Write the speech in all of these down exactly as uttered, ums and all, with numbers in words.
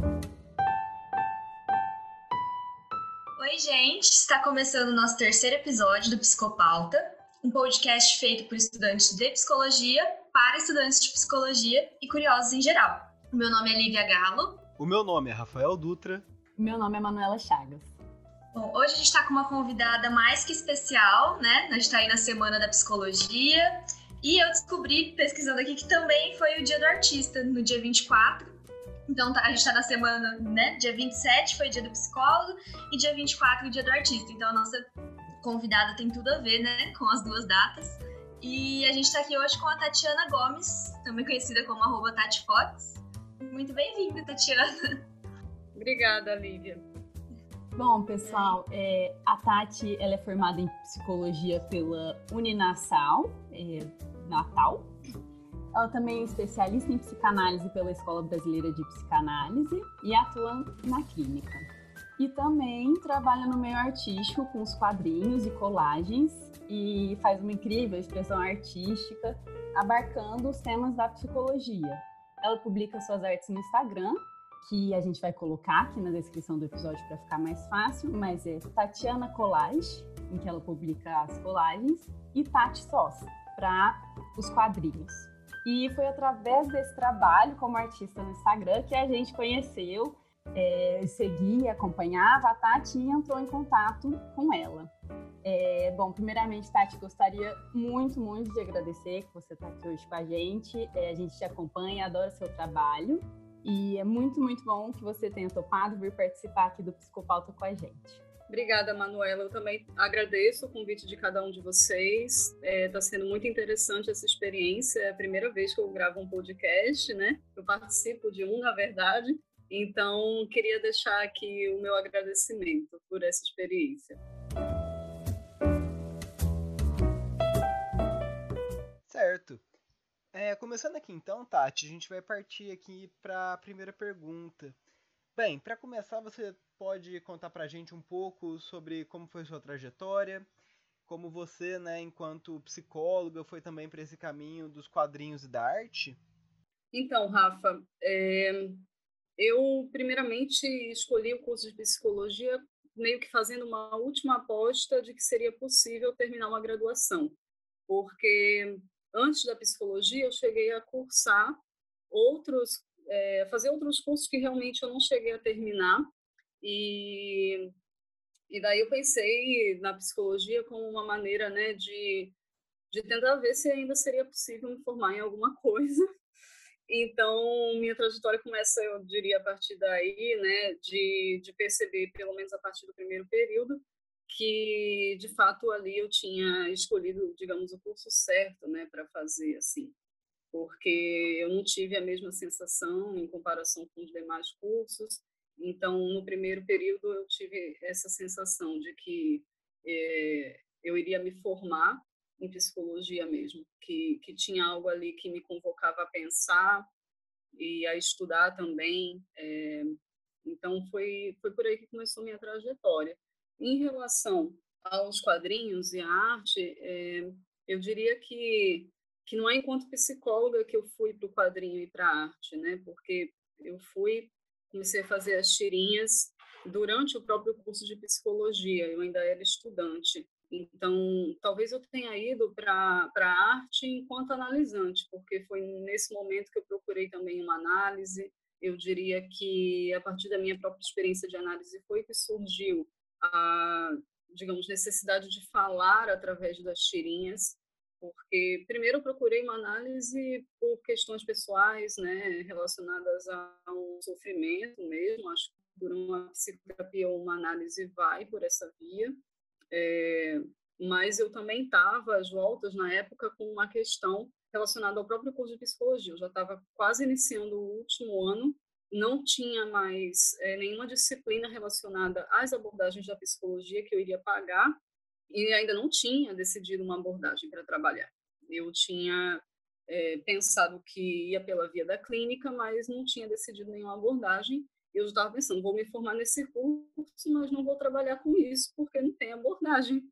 Oi, gente! Está começando o nosso terceiro episódio do Psicopauta, um podcast feito por estudantes de psicologia para estudantes de psicologia e curiosos em geral. O meu nome é Lívia Galo. O meu nome é Rafael Dutra. O meu nome é Manuela Chagas. Bom, hoje a gente está com uma convidada mais que especial, né? A gente está aí na Semana da Psicologia e eu descobri, pesquisando aqui, que também foi o Dia do Artista, no dia vinte e quatro. Então, a gente está na semana, né? Dia vinte e sete foi o dia do psicólogo e dia vinte e quatro o dia do artista. Então, a nossa convidada tem tudo a ver, né? Com as duas datas. E a gente está aqui hoje com a Tatiana Gomes, também conhecida como arroba Tati Fox. Muito bem-vinda, Tatiana. Obrigada, Lívia. Bom, pessoal, é, a Tati ela é formada em psicologia pela Uninasal, é, Natal. Ela também é especialista em psicanálise pela Escola Brasileira de Psicanálise e atua na clínica. E também trabalha no meio artístico com os quadrinhos e colagens e faz uma incrível expressão artística abarcando os temas da psicologia. Ela publica suas artes no Instagram, que a gente vai colocar aqui na descrição do episódio para ficar mais fácil, mas é Tatiana Collage, em que ela publica as colagens, e Tati Sós, para os quadrinhos. E foi através desse trabalho como artista no Instagram que a gente conheceu, é, seguia, acompanhava a Tati e entrou em contato com ela. É, bom, primeiramente, Tati, gostaria muito, muito de agradecer que você está aqui hoje com a gente. É, a gente te acompanha, adora seu trabalho. E é muito, muito bom que você tenha topado vir participar aqui do Psicopauta com a gente. Obrigada, Manuela. Eu também agradeço o convite de cada um de vocês. Está é, sendo muito interessante essa experiência. É a primeira vez que eu gravo um podcast, né? Eu participo de um, na verdade. Então, queria deixar aqui o meu agradecimento por essa experiência. Certo. É, começando aqui então, Tati, a gente vai partir aqui para a primeira pergunta. Bem, para começar, você pode contar para a gente um pouco sobre como foi sua trajetória, como você, né, enquanto psicóloga, foi também para esse caminho dos quadrinhos e da arte? Então, Rafa, é, eu primeiramente escolhi o curso de psicologia meio que fazendo uma última aposta de que seria possível terminar uma graduação, porque antes da psicologia eu cheguei a cursar outros, é, fazer outros cursos que realmente eu não cheguei a terminar, e, e daí eu pensei na psicologia como uma maneira, né, de, de tentar ver se ainda seria possível me formar em alguma coisa. Então, minha trajetória começa, eu diria, a partir daí, né, de, de perceber, pelo menos a partir do primeiro período, que, de fato, ali eu tinha escolhido, digamos, o curso certo, né, para fazer, assim, porque eu não tive a mesma sensação em comparação com os demais cursos. Então, no primeiro período, eu tive essa sensação de que é, eu iria me formar em psicologia mesmo, que, que tinha algo ali que me convocava a pensar e a estudar também. É, então, foi, foi por aí que começou minha trajetória. Em relação aos quadrinhos e à arte, é, eu diria que, que não é enquanto psicóloga que eu fui para o quadrinho e para a arte, né? Porque eu fui, comecei a fazer as tirinhas durante o próprio curso de psicologia, eu ainda era estudante. Então, talvez eu tenha ido para a arte enquanto analisante, porque foi nesse momento que eu procurei também uma análise. Eu diria que, a partir da minha própria experiência de análise, foi que surgiu a, digamos, necessidade de falar através das tirinhas, porque, primeiro, eu procurei uma análise por questões pessoais, né, relacionadas a um sofrimento mesmo. Acho que por uma psicoterapia ou uma análise vai por essa via. É, mas eu também estava às voltas, na época, com uma questão relacionada ao próprio curso de psicologia. Eu já estava quase iniciando o último ano, não tinha mais é, nenhuma disciplina relacionada às abordagens da psicologia que eu iria pagar, e ainda não tinha decidido uma abordagem para trabalhar. Eu tinha é, pensado que ia pela via da clínica, mas não tinha decidido nenhuma abordagem. Eu estava pensando, vou me formar nesse curso, mas não vou trabalhar com isso, porque não tem abordagem.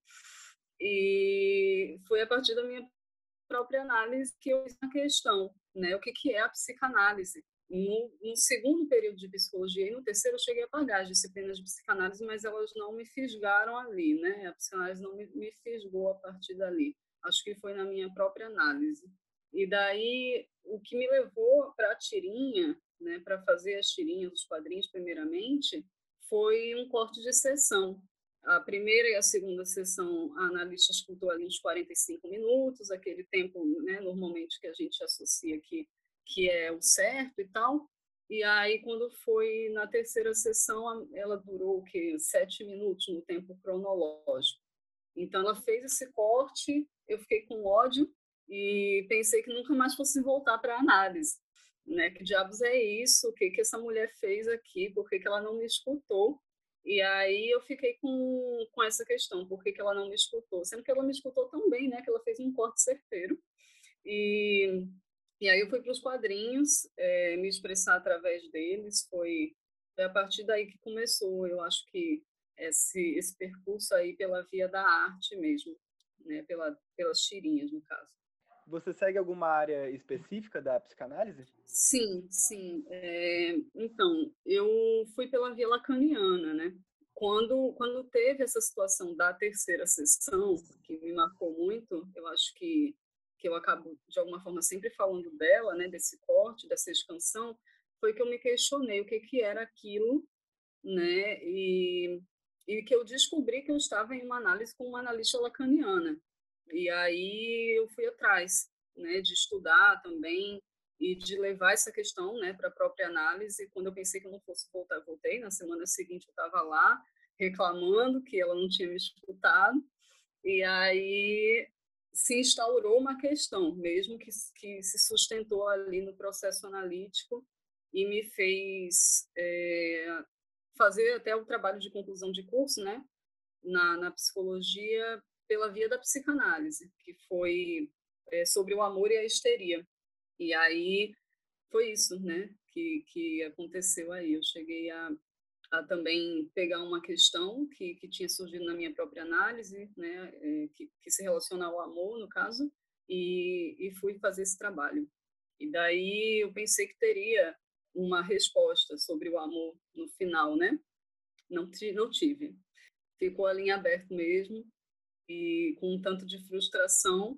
E foi a partir da minha própria análise que eu fiz a questão, né? O que, que é a psicanálise? no, no segundo período de psicologia e no terceiro eu cheguei a pagar as disciplinas de psicanálise, mas elas não me fisgaram ali, né? A psicanálise não me, me fisgou a partir dali. Acho que foi na minha própria análise. E daí, o que me levou para a tirinha, né, para fazer as tirinhas, os quadrinhos primeiramente, foi um corte de sessão. A primeira e a segunda sessão, a analista escutou ali uns quarenta e cinco minutos, aquele tempo, né, normalmente que a gente associa aqui, que é o certo e tal. E aí, quando foi na terceira sessão, ela durou o quê? Sete minutos no tempo cronológico. Então, ela fez esse corte, eu fiquei com ódio e pensei que nunca mais fosse voltar para a análise. Né? Que diabos é isso? O que, que essa mulher fez aqui? Por que, que ela não me escutou? E aí eu fiquei com, com essa questão, por que, que ela não me escutou? Sendo que ela me escutou tão bem, né? Que ela fez um corte certeiro. E, e aí eu fui para os quadrinhos, é, me expressar através deles. Foi, foi a partir daí que começou, eu acho que esse, esse percurso aí pela via da arte mesmo, né? Pela, pelas tirinhas, no caso. Você segue alguma área específica da psicanálise? Sim, sim. É, então, eu fui pela via lacaniana, né? Quando, quando teve essa situação da terceira sessão, que me marcou muito, eu acho que, que eu acabo, de alguma forma, sempre falando dela, né? Desse corte, dessa expansão, foi que eu me questionei o que, que era aquilo, né? E, e que eu descobri que eu estava em uma análise com uma analista lacaniana. E aí eu fui atrás, né? De estudar também, e de levar essa questão, né, para a própria análise. Quando eu pensei que eu não fosse voltar, eu voltei. Na semana seguinte eu estava lá reclamando que ela não tinha me escutado, e aí se instaurou uma questão, mesmo que, que se sustentou ali no processo analítico e me fez é, fazer até o trabalho de conclusão de curso, né, na, na psicologia pela via da psicanálise, que foi é, sobre o amor e a histeria. E aí foi isso, né, que, que aconteceu aí. Eu cheguei a, a também pegar uma questão que, que tinha surgido na minha própria análise, né, é, que, que se relaciona ao amor, no caso, e, e fui fazer esse trabalho. E daí eu pensei que teria uma resposta sobre o amor no final, né? Não, não tive. Ficou ali em aberto mesmo, e com um tanto de frustração,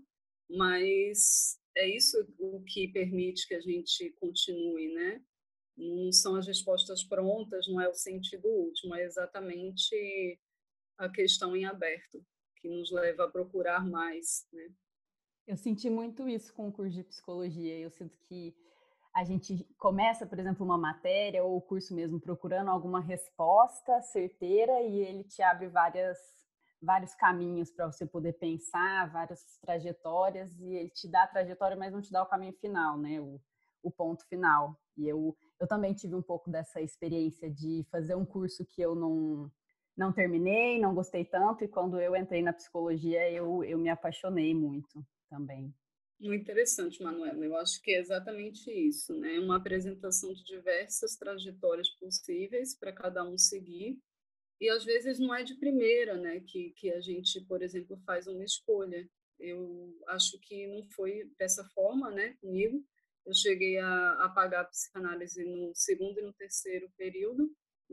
mas é isso o que permite que a gente continue, né? Não são as respostas prontas, não é o sentido último, é exatamente a questão em aberto que nos leva a procurar mais, né? Eu senti muito isso com o curso de psicologia. Eu sinto que a gente começa, por exemplo, uma matéria ou o curso mesmo procurando alguma resposta certeira e ele te abre várias vários caminhos para você poder pensar, várias trajetórias, e ele te dá a trajetória, mas não te dá o caminho final, né? O, o ponto final. E eu, eu também tive um pouco dessa experiência de fazer um curso que eu não, não terminei, não gostei tanto, e quando eu entrei na psicologia, eu, eu me apaixonei muito também. Muito interessante, Manuela. Eu acho que é exatamente isso, né? Uma apresentação de diversas trajetórias possíveis para cada um seguir. E às vezes não é de primeira, né, que, que a gente, por exemplo, faz uma escolha. Eu acho que não foi dessa forma, né, comigo. Eu cheguei a, a pagar a psicanálise no segundo e no terceiro período,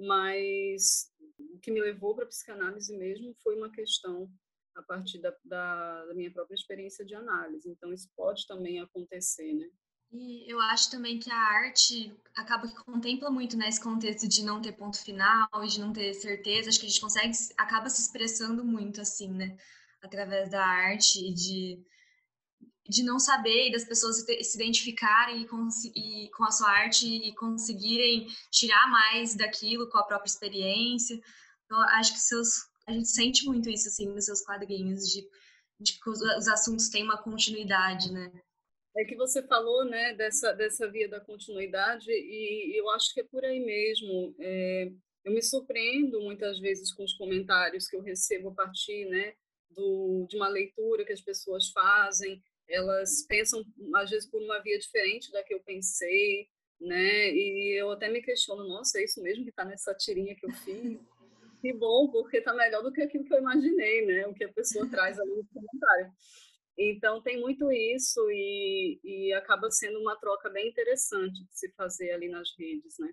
mas o que me levou para a psicanálise mesmo foi uma questão a partir da, da, da minha própria experiência de análise. Então, isso pode também acontecer, né? E eu acho também que a arte acaba que contempla muito nesse contexto de não ter ponto final e de não ter certeza. Acho que a gente consegue, acaba se expressando muito assim, né? Através da arte e de, de não saber e das pessoas se identificarem e com, e com a sua arte e conseguirem tirar mais daquilo com a própria experiência. Então, acho que seus, a gente sente muito isso assim nos seus quadrinhos, de, de que os, os assuntos têm uma continuidade, né? É que você falou, né, dessa, dessa via da continuidade, e eu acho que é por aí mesmo. É, eu me surpreendo muitas vezes com os comentários que eu recebo a partir, né, do, de uma leitura que as pessoas fazem. Elas pensam, às vezes, por uma via diferente da que eu pensei, né, e eu até me questiono, nossa, é isso mesmo que está nessa tirinha que eu fiz? Que bom, porque está melhor do que aquilo que eu imaginei, né, o que a pessoa traz ali no comentário. Então, tem muito isso e, e acaba sendo uma troca bem interessante de se fazer ali nas redes, né?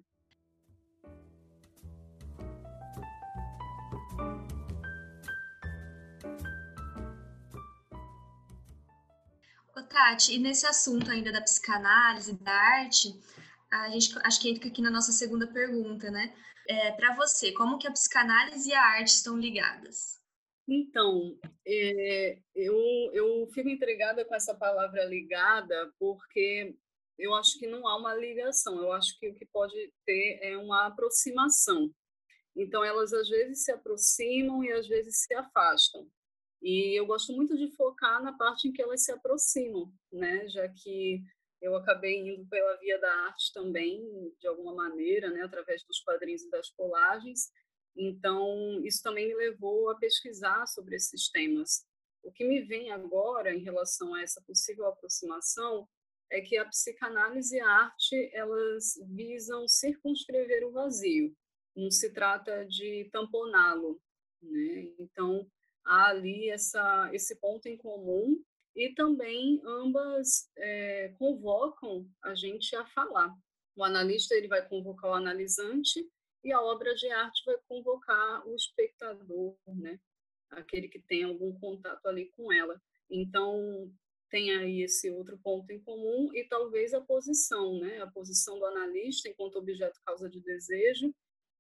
Ô, Tati, e nesse assunto ainda da psicanálise, da arte, a gente acho que entra aqui na nossa segunda pergunta, né? É, para você, como que a psicanálise e a arte estão ligadas? Então, é, eu, eu fico intrigada com essa palavra ligada, porque eu acho que não há uma ligação, eu acho que o que pode ter é uma aproximação. Então, elas às vezes se aproximam e às vezes se afastam. E eu gosto muito de focar na parte em que elas se aproximam, né? Já que eu acabei indo pela via da arte também, de alguma maneira, né? Através dos quadrinhos e das colagens. Então, isso também me levou a pesquisar sobre esses temas. O que me vem agora em relação a essa possível aproximação é que a psicanálise e a arte, elas visam circunscrever o vazio, não se trata de tamponá-lo, né? Então, há ali essa, esse ponto em comum e também ambas é, convocam a gente a falar. O analista ele vai convocar o analisante e a obra de arte vai convocar o espectador, né? Aquele que tem algum contato ali com ela. Então, tem aí esse outro ponto em comum e talvez a posição, né? A posição do analista enquanto objeto causa de desejo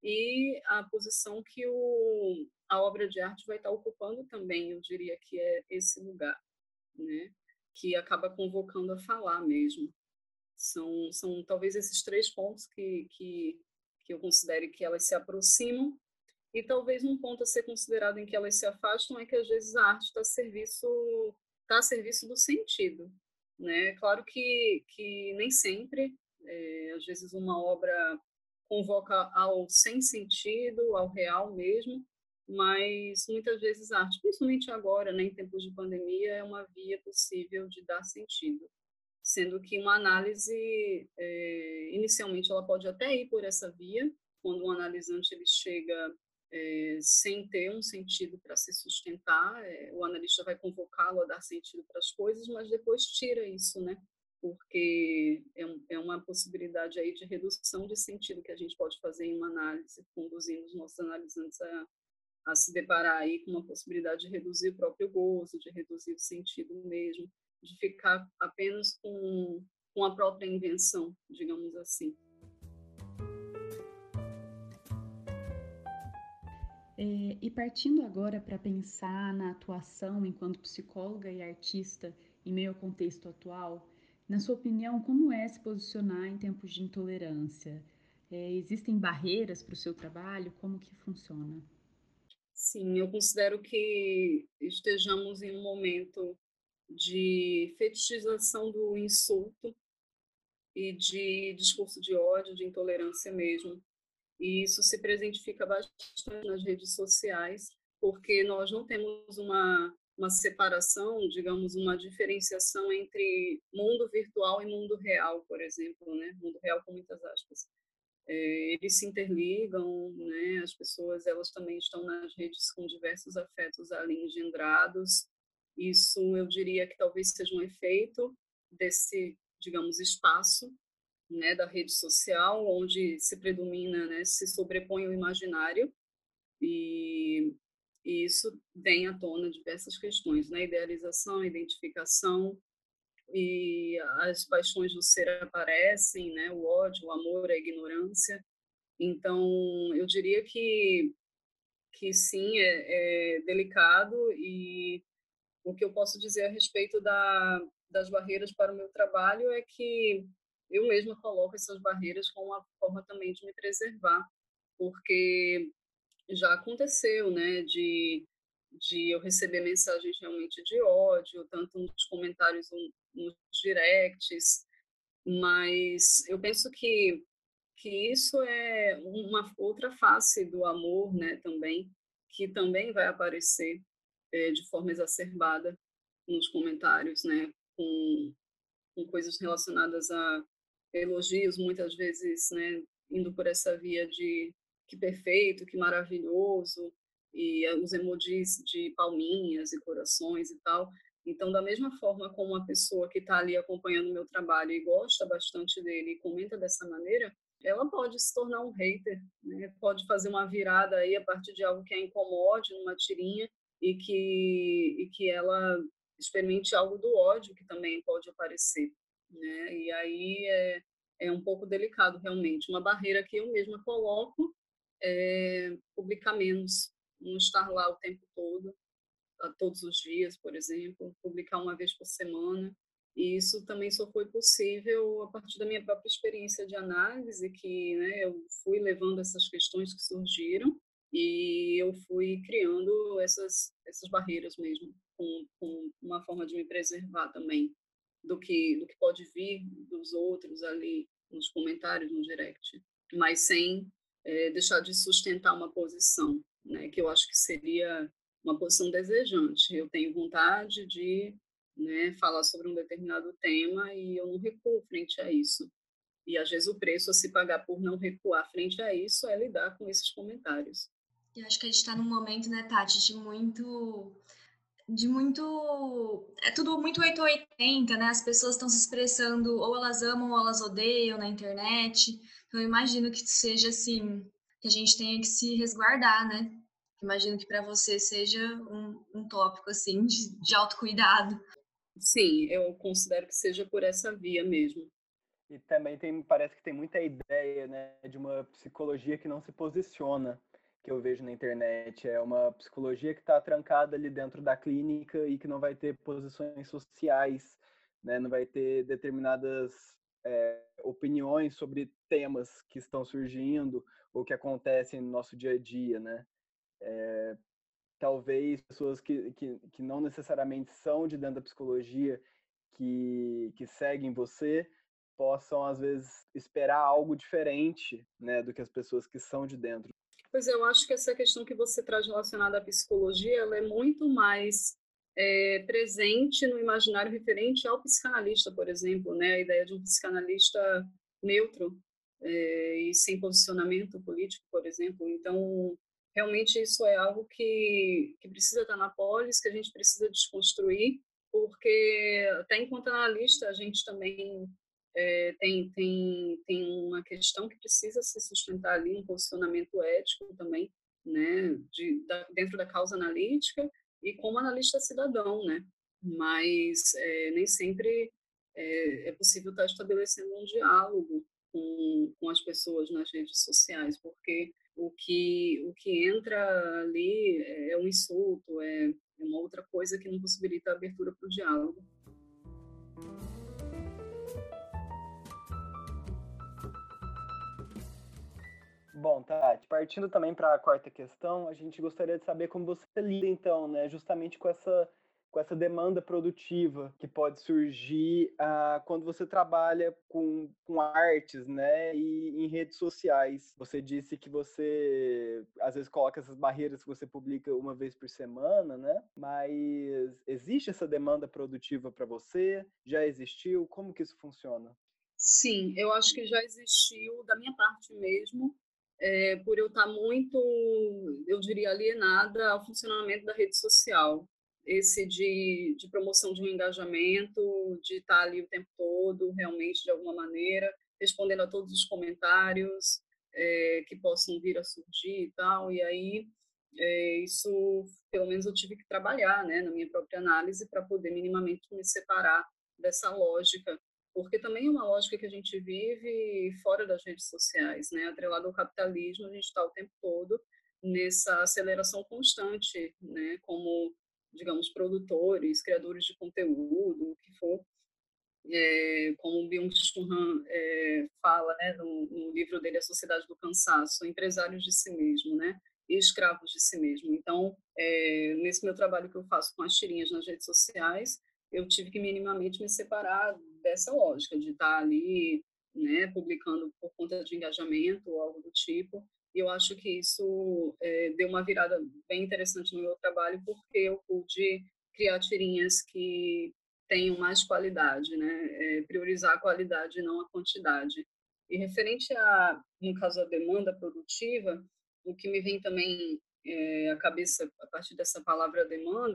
e a posição que o, a obra de arte vai estar ocupando também, eu diria que é esse lugar, né? Que acaba convocando a falar mesmo. São, são talvez esses três pontos que, que, que eu considere que elas se aproximam e talvez um ponto a ser considerado em que elas se afastam é que às vezes a arte está a serviço, tá a serviço do sentido, né? Claro que, que nem sempre, é, às vezes uma obra convoca ao sem sentido, ao real mesmo, mas muitas vezes a arte, principalmente agora, né, em tempos de pandemia, é uma via possível de dar sentido, sendo que uma análise, é, inicialmente, ela pode até ir por essa via, quando o analisante ele chega é, sem ter um sentido para se sustentar, é, o analista vai convocá-lo a dar sentido para as coisas, mas depois tira isso, né? Porque é, um, é uma possibilidade aí de redução de sentido que a gente pode fazer em uma análise, conduzindo os nossos analisantes a, a se deparar aí com uma possibilidade de reduzir o próprio gozo, de reduzir o sentido mesmo, de ficar apenas com, com a própria invenção, digamos assim. É, e partindo agora para pensar na atuação enquanto psicóloga e artista em meio ao contexto atual, na sua opinião, como é se posicionar em tempos de intolerância? É, existem barreiras para o seu trabalho? Como que funciona? Sim, eu considero que estejamos em um momento de fetichização do insulto e de discurso de ódio, de intolerância mesmo. E isso se presentifica bastante nas redes sociais, porque nós não temos uma, uma separação, digamos, uma diferenciação entre mundo virtual e mundo real, por exemplo, né? Mundo real com muitas aspas. É, eles se interligam, né? As pessoas elas também estão nas redes com diversos afetos ali engendrados. Isso eu diria que talvez seja um efeito desse, digamos, espaço, né, da rede social, onde se predomina, né, se sobrepõe o imaginário e, e isso vem à tona diversas questões, né, idealização, identificação e as paixões do ser aparecem, né, o ódio, o amor, a ignorância. Então, eu diria que que sim, é, é delicado e o que eu posso dizer a respeito da, das barreiras para o meu trabalho é que eu mesma coloco essas barreiras como uma forma também de me preservar, porque já aconteceu, né, de, de eu receber mensagens realmente de ódio, tanto nos comentários, nos directs, mas eu penso que, que isso é uma outra face do amor, né, também, que também vai aparecer é, de forma exacerbada nos comentários, né, com, com coisas relacionadas a elogios, muitas vezes, né, indo por essa via de que perfeito, que maravilhoso, e os emojis de palminhas e corações e tal. Então, da mesma forma como uma pessoa que está ali acompanhando o meu trabalho e gosta bastante dele e comenta dessa maneira, ela pode se tornar um hater, né? Pode fazer uma virada aí a partir de algo que a incomode numa tirinha e que, e que ela experimente algo do ódio que também pode aparecer, né? E aí é, é um pouco delicado, realmente. Uma barreira que eu mesma coloco é publicar menos, não estar lá o tempo todo, todos os dias, por exemplo, publicar uma vez por semana. E isso também só foi possível a partir da minha própria experiência de análise, que, né, eu fui levando essas questões que surgiram e eu fui criando essas, essas barreiras mesmo, com, com uma forma de me preservar também do que, do que pode vir dos outros ali nos comentários, no direct, mas sem é, deixar de sustentar uma posição, né, que eu acho que seria uma posição desejante. Eu tenho vontade de, né, falar sobre um determinado tema e eu não recuo frente a isso. E às vezes o preço a se pagar por não recuar frente a isso é lidar com esses comentários. Eu acho que a gente está num momento, né, Tati, de muito de muito. É tudo muito oitocentos e oitenta, né? As pessoas estão se expressando, ou elas amam ou elas odeiam na internet. Então, eu imagino que seja assim, que a gente tenha que se resguardar, né? Imagino que para você seja um, um tópico, assim, de, de autocuidado. Sim, eu considero que seja por essa via mesmo. E também tem, parece que tem muita ideia, né, de uma psicologia que não se posiciona, que eu vejo na internet. É uma psicologia que está trancada ali dentro da clínica e que não vai ter posições sociais, né, não vai ter determinadas é, opiniões sobre temas que estão surgindo ou que acontecem no nosso dia a dia, né? É, talvez pessoas que, que, que não necessariamente são de dentro da psicologia, que, que seguem você, possam, às vezes, esperar algo diferente, né, do que as pessoas que são de dentro. Pois é, eu acho que essa questão que você traz relacionada à psicologia, ela é muito mais é, presente no imaginário referente ao psicanalista, por exemplo, né? A ideia de um psicanalista neutro é, e sem posicionamento político, por exemplo. Então, realmente isso é algo que, que precisa estar na polis, que a gente precisa desconstruir, porque até enquanto analista a gente também é, tem, tem, tem uma questão que precisa se sustentar ali, um posicionamento ético também, né, de, da, dentro da causa analítica e como analista cidadão, né, mas é, nem sempre é, é possível estar estabelecendo um diálogo com, com as pessoas nas redes sociais, porque o que, o que entra ali é um insulto, é uma outra coisa que não possibilita a abertura para o diálogo. Bom, Tati, partindo também para a quarta questão, a gente gostaria de saber como você lida, então, né, justamente com essa, com essa demanda produtiva que pode surgir ah, quando você trabalha com, com artes, né, e em redes sociais. Você disse que você, às vezes, coloca essas barreiras que você publica uma vez por semana, né, mas existe essa demanda produtiva para você? Já existiu? Como que isso funciona? Sim, eu acho que já existiu da minha parte mesmo, é, por eu estar muito, eu diria, alienada ao funcionamento da rede social. Esse de, de promoção de um engajamento, de estar ali o tempo todo, realmente, de alguma maneira, respondendo a todos os comentários é, que possam vir a surgir e tal. E aí, é, isso, pelo menos, eu tive que trabalhar, né, na minha própria análise para poder minimamente me separar dessa lógica, porque também é uma lógica que a gente vive fora das redes sociais, né? Atrelado ao capitalismo, a gente está o tempo todo nessa aceleração constante, né? Como, digamos, produtores, criadores de conteúdo, o que for, é, como o Byung-Chul Han é, fala, né, no, no livro dele A Sociedade do Cansaço, empresários de si mesmo, né? E escravos de si mesmo. Então, é, nesse meu trabalho que eu faço com as tirinhas nas redes sociais, eu tive que minimamente me separar dessa lógica de estar ali, né, publicando por conta de engajamento ou algo do tipo. E eu acho que isso é, deu uma virada bem interessante no meu trabalho, porque eu pude criar tirinhas que tenham mais qualidade, né? É, priorizar a qualidade e não a quantidade. E referente a, no caso, a demanda produtiva, o que me vem também é, à cabeça a partir dessa palavra demanda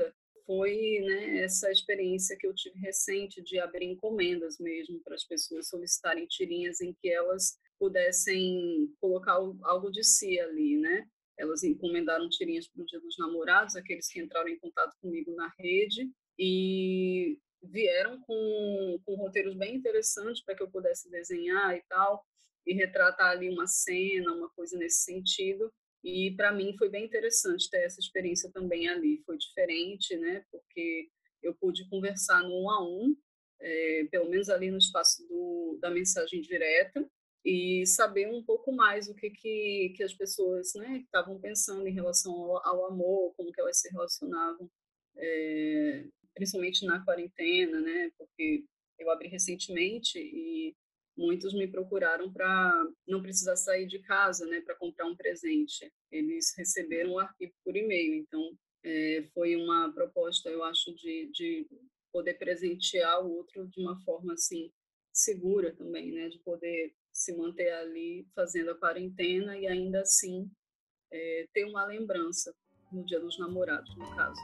foi, né, essa experiência que eu tive recente de abrir encomendas mesmo para as pessoas solicitarem tirinhas em que elas pudessem colocar algo de si ali, né? Elas encomendaram tirinhas para o Dia dos Namorados, aqueles que entraram em contato comigo na rede, e vieram com, com roteiros bem interessantes para que eu pudesse desenhar e tal, e retratar ali uma cena, uma coisa nesse sentido. E para mim foi bem interessante ter essa experiência também ali. Foi diferente, né? Porque eu pude conversar no um a um, é, pelo menos ali no espaço do, da mensagem direta, e saber um pouco mais o que, que, que as pessoas, né, estavam pensando em relação ao, ao amor, como que elas se relacionavam, é, principalmente na quarentena, né? Porque eu abri recentemente e muitos me procuraram para não precisar sair de casa, né, para comprar um presente. Eles receberam o arquivo por e-mail, então é, foi uma proposta, eu acho, de, de poder presentear o outro de uma forma assim segura também, né, de poder se manter ali fazendo a quarentena e ainda assim é, ter uma lembrança no Dia dos Namorados, no caso.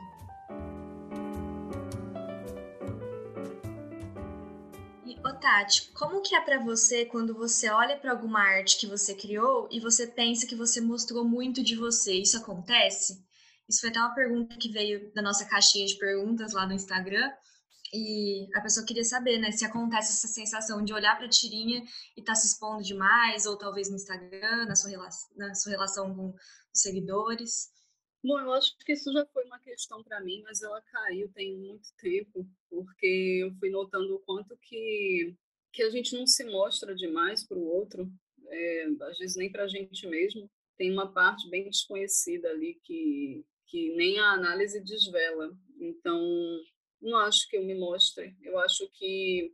Ô Tati, como que é pra você quando você olha pra alguma arte que você criou e você pensa que você mostrou muito de você? Isso acontece? Isso foi até uma pergunta que veio da nossa caixinha de perguntas lá no Instagram. E a pessoa queria saber, né, se acontece essa sensação de olhar pra tirinha e tá se expondo demais, ou talvez no Instagram, na sua, rela na sua relação com os seguidores. Bom, eu acho que isso já foi uma questão para mim, mas ela caiu tem muito tempo, porque eu fui notando o quanto que, que a gente não se mostra demais para o outro, é, às vezes nem para a gente mesmo. Tem uma parte bem desconhecida ali que, que nem a análise desvela. Então, não acho que eu me mostre. Eu acho que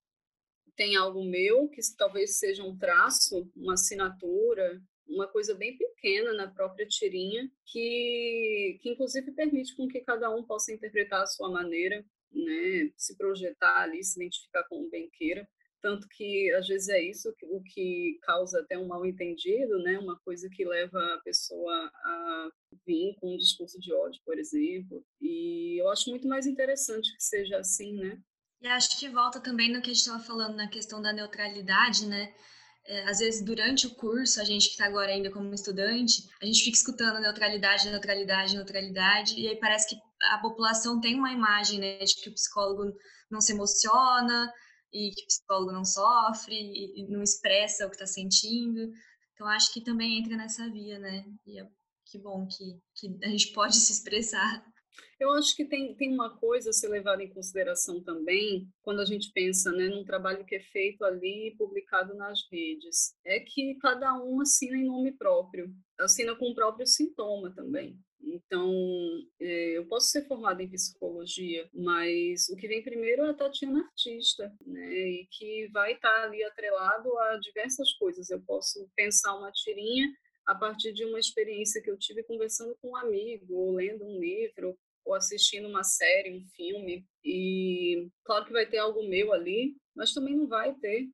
tem algo meu que talvez seja um traço, uma assinatura, uma coisa bem pequena na própria tirinha, que, que inclusive permite com que cada um possa interpretar a sua maneira, né, se projetar ali, se identificar como bem queira. Tanto que, às vezes, é isso que, o que causa até um mal-entendido, né? Uma coisa que leva a pessoa a vir com um discurso de ódio, por exemplo. E eu acho muito mais interessante que seja assim, né? E acho que volta também no que a gente estava falando na questão da neutralidade, né? É, às vezes, durante o curso, a gente que está agora ainda como estudante, a gente fica escutando neutralidade, neutralidade, neutralidade, e aí parece que a população tem uma imagem, né, de que o psicólogo não se emociona, e que o psicólogo não sofre, e, e não expressa o que está sentindo. Então, acho que também entra nessa via, né? E é, que bom que, que a gente pode se expressar. Eu acho que tem, tem uma coisa a ser levada em consideração também, quando a gente pensa, né, num trabalho que é feito ali e publicado nas redes, é que cada um assina em nome próprio, assina com o próprio sintoma também. Então, é, eu posso ser formada em psicologia, mas o que vem primeiro é a Tatiana artista, né, e que vai estar ali atrelado a diversas coisas. Eu posso pensar uma tirinha a partir de uma experiência que eu tive conversando com um amigo, ou lendo um livro, ou assistindo uma série, um filme, e claro que vai ter algo meu ali, mas também não vai ter,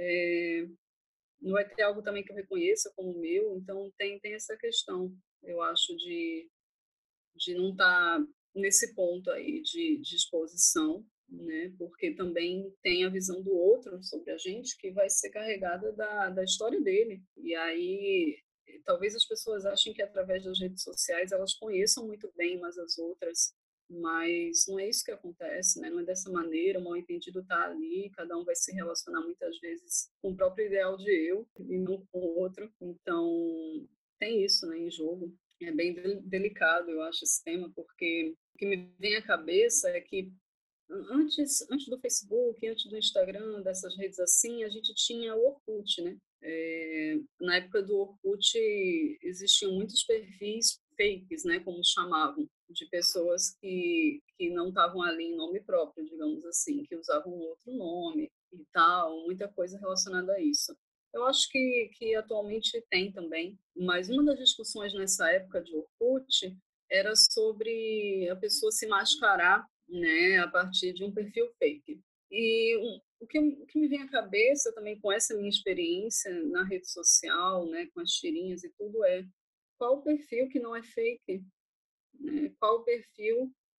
é, não vai ter algo também que eu reconheça como meu, então tem, tem essa questão, eu acho, de, de não estar tá nesse ponto aí de, de exposição, né? Porque também tem a visão do outro sobre a gente que vai ser carregada da, da história dele, e aí talvez as pessoas achem que através das redes sociais elas conheçam muito bem umas as outras, mas não é isso que acontece, né? Não é dessa maneira, o mal-entendido está ali, cada um vai se relacionar muitas vezes com o próprio ideal de eu e não com o outro, então tem isso, né, em jogo. É bem delicado, eu acho, esse tema, porque o que me vem à cabeça é que antes, antes do Facebook, antes do Instagram, dessas redes assim, a gente tinha o Orkut, né? É, na época do Orkut existiam muitos perfis fakes, né, como chamavam, de pessoas que, que não estavam ali em nome próprio, digamos assim, que usavam outro nome e tal, muita coisa relacionada a isso. Eu acho que, que atualmente tem também, mas uma das discussões nessa época de Orkut era sobre a pessoa se mascarar, né, a partir de um perfil fake. E um, o, que, o que me vem à cabeça também com essa minha experiência na rede social, né, com as tirinhas e tudo, é qual o perfil que não é fake? Né? Qual o perfil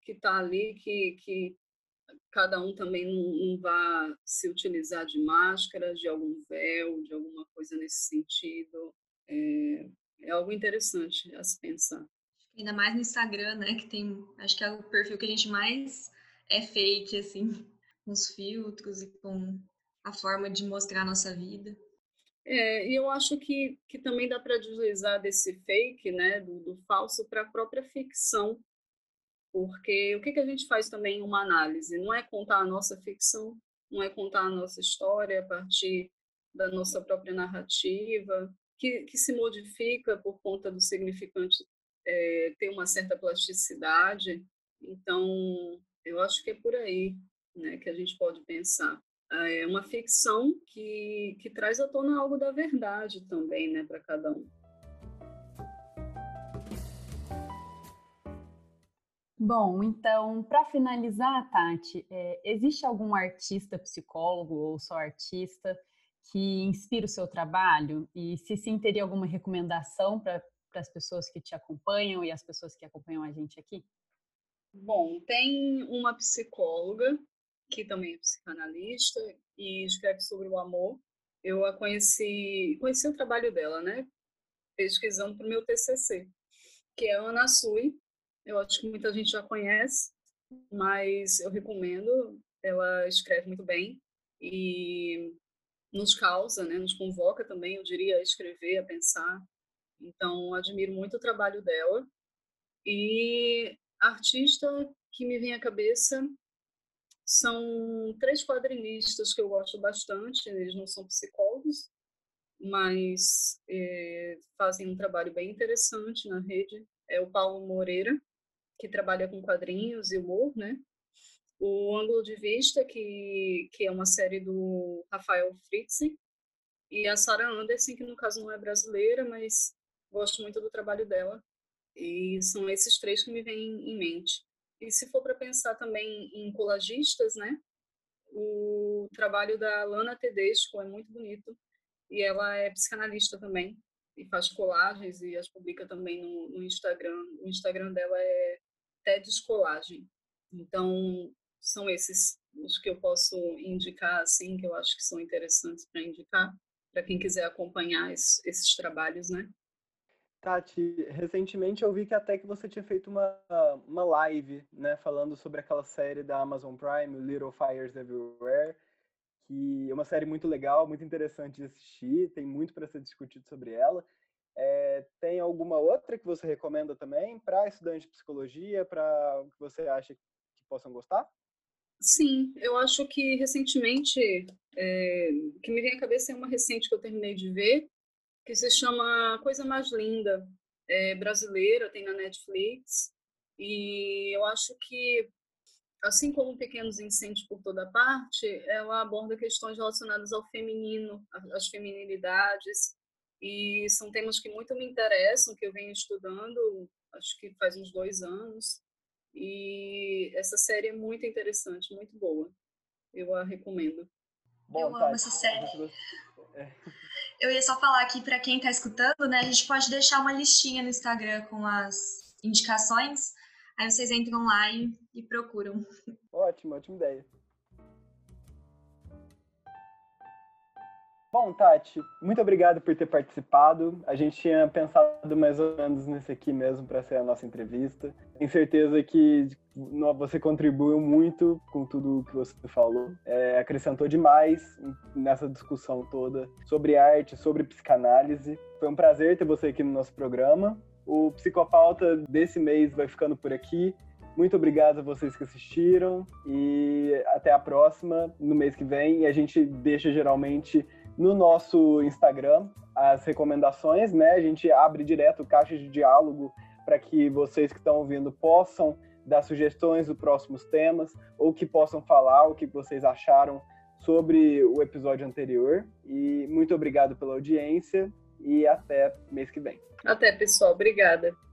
que está ali, que, que cada um também não, não vá se utilizar de máscara, de algum véu, de alguma coisa nesse sentido. É, é algo interessante a se pensar. Ainda mais no Instagram, né? Que tem, acho que é o perfil que a gente mais é fake, assim, com os filtros e com a forma de mostrar a nossa vida. É, e eu acho que, que também dá para deslizar desse fake, né, do, do falso, para a própria ficção, porque o que, que a gente faz também em uma análise? Não é contar a nossa ficção, não é contar a nossa história a partir da nossa própria narrativa, que, que se modifica por conta do significante é, ter uma certa plasticidade. Então, eu acho que é por aí, né, que a gente pode pensar. É uma ficção que, que traz à tona algo da verdade também, né, para cada um. Bom, então, para finalizar, Tati, é, existe algum artista, psicólogo ou só artista que inspira o seu trabalho? E se sim, teria alguma recomendação para as pessoas que te acompanham e as pessoas que acompanham a gente aqui? Bom, tem uma psicóloga que também é psicanalista e escreve sobre o amor. Eu a conheci, conheci o trabalho dela, né? Pesquisando para o meu T C C, que é a Ana Sui. Eu acho que muita gente já conhece, mas eu recomendo. Ela escreve muito bem e nos causa, né? Nos convoca também, eu diria, a escrever, a pensar. Então, admiro muito o trabalho dela. E artista que me vem à cabeça são três quadrinistas que eu gosto bastante. Eles não são psicólogos, mas é, fazem um trabalho bem interessante na rede. É o Paulo Moreira, que trabalha com quadrinhos e humor, né? O Ângulo de Vista, que, que é uma série do Rafael Fritzi, e a Sarah Anderson, que no caso não é brasileira, mas gosto muito do trabalho dela. E são esses três que me vêm em mente. E se for para pensar também em colagistas, né? O trabalho da Lana Tedesco é muito bonito. E ela é psicanalista também. E faz colagens e as publica também no, no Instagram. O Instagram dela é Teds Colagem. Então, são esses os que eu posso indicar, assim, que eu acho que são interessantes para indicar, para quem quiser acompanhar esses, esses trabalhos, né? Tati, recentemente eu vi que até que você tinha feito uma, uma live, né, falando sobre aquela série da Amazon Prime, Little Fires Everywhere, que é uma série muito legal, muito interessante de assistir, tem muito para ser discutido sobre ela. É, tem alguma outra que você recomenda também para estudantes de psicologia, para o que você acha que possam gostar? Sim, eu acho que recentemente, é, o que me vem à cabeça é uma recente que eu terminei de ver, que se chama Coisa Mais Linda, é brasileira, tem na Netflix, e eu acho que, assim como Pequenos Incêndios por Toda Parte, ela aborda questões relacionadas ao feminino, às feminilidades, e são temas que muito me interessam, que eu venho estudando, acho que faz uns dois anos, e essa série é muito interessante, muito boa, eu a recomendo. Bom, Eu amo Tati, essa série. você... é. Eu ia só falar aqui para quem tá escutando, né? A gente pode deixar uma listinha no Instagram com as indicações. Aí vocês entram lá e, e procuram. Ótimo, ótima ideia. Bom, Tati, muito obrigado por ter participado. A gente tinha pensado mais ou menos nesse aqui mesmo para ser a nossa entrevista. Tenho certeza que você contribuiu muito com tudo que você falou. É, acrescentou demais nessa discussão toda sobre arte, sobre psicanálise. Foi um prazer ter você aqui no nosso programa. O Psicopauta desse mês vai ficando por aqui. Muito obrigado a vocês que assistiram e até a próxima, no mês que vem. E a gente deixa geralmente no nosso Instagram as recomendações, né? A gente abre direto caixa de diálogo para que vocês que estão ouvindo possam dar sugestões dos próximos temas ou que possam falar o que vocês acharam sobre o episódio anterior. E muito obrigado pela audiência e até mês que vem. Até, pessoal. Obrigada.